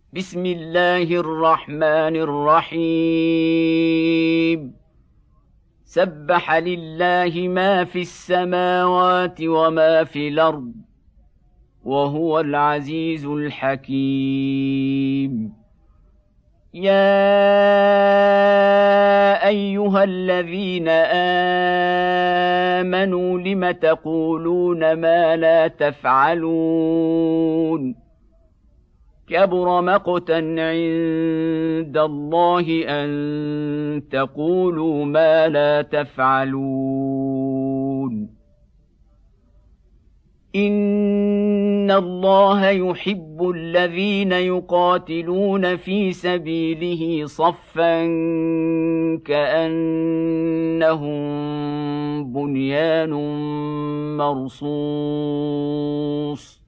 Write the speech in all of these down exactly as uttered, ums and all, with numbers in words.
بسم الله الرحمن الرحيم سبح لله ما في السماوات وما في الأرض وهو العزيز الحكيم. يا أيها الذين آمنوا لم تقولون ما لا تفعلون كبر مقتا عند الله أن تقولوا ما لا تفعلون. إن الله يحب الذين يقاتلون في سبيله صفا كأنهم بنيان مرصوص.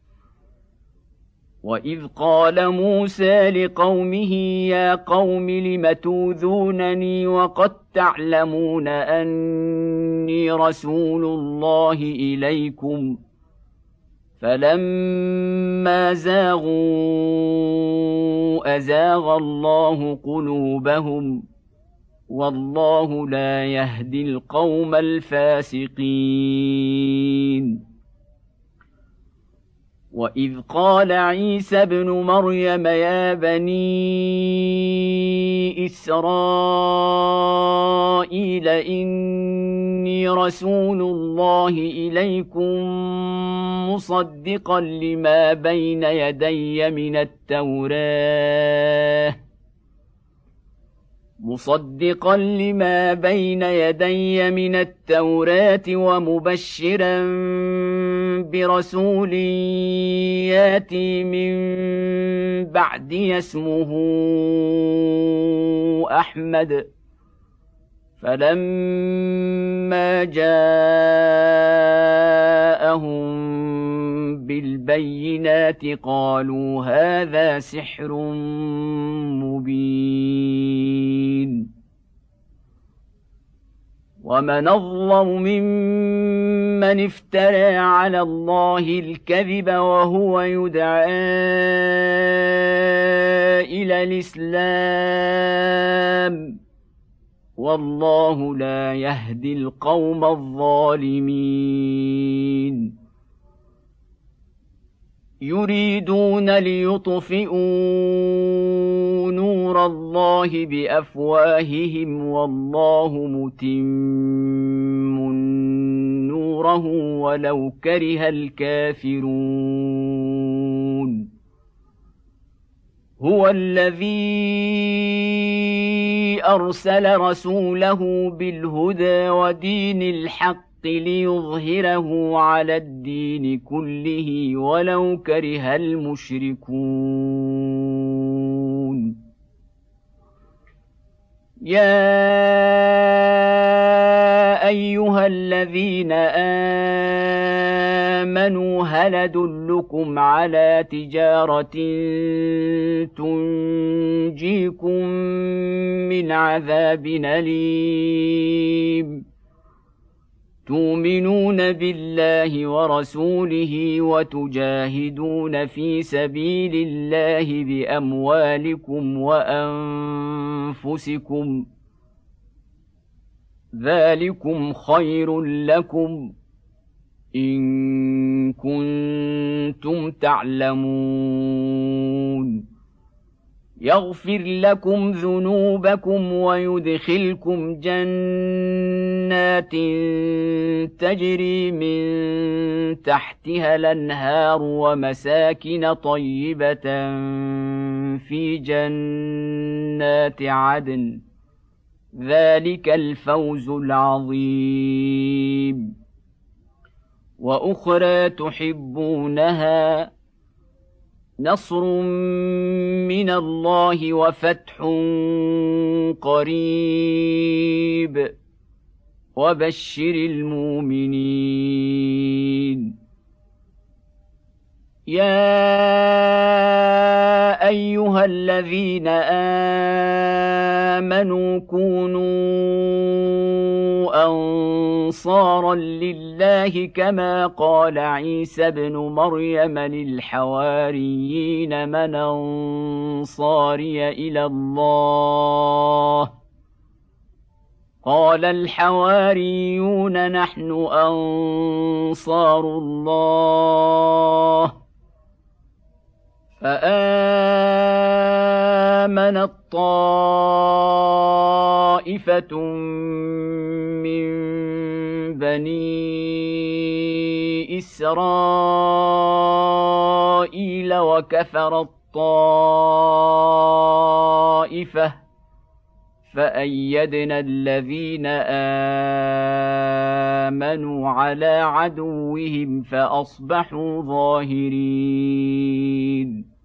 وإذ قال موسى لقومه يا قوم لم توذونني وقد تعلمون أني رسول الله إليكم فلما زاغوا أزاغ الله قلوبهم والله لا يهدي القوم الفاسقين. وإذ قال عيسى ابن مريم يا بني إسرائيل إني رسول الله إليكم مصدقا لما بين يدي من التوراة مصدقا لما بين يدي من التوراة ومبشرا برسول ياتي من بعدي اسمه أحمد. فلما جاءهم بالبينات قالوا هذا سحر مبين. ومن أظلم ممن افترى على الله الكذب وهو يدعى إلى الإسلام والله لا يهدي القوم الظالمين. يريدون ليطفئوا نور الله بأفواههم والله متم نوره ولو كره الكافرون. هو الذي أرسل رسوله بالهدى ودين الحق ليظهره على الدين كله ولو كره المشركون. يا أيها الذين آمنوا هل أدلكم على تجارة تنجيكم من عذاب أليم تؤمنون بالله ورسوله وتجاهدون في سبيل الله بأموالكم وأنفسكم ذلكم خير لكم إن كنتم تعلمون. يغفر لكم ذنوبكم ويدخلكم جنات تجري من تحتها الأنهار ومساكن طيبة في جنات عدن ذلك الفوز العظيم. وأخرى تحبونها نصر من الله وفتح قريب وبشر المؤمنين. يا ايها الذين امنوا كونوا انصارا لله كما قال عيسى ابن مريم للحواريين من انصاري الى الله قال الحواريون نحن انصار الله فآمنت طائفة من بني إسرائيل وكفرت طائفة فأيدنا الذين آمنوا على عدوهم فأصبحوا ظاهرين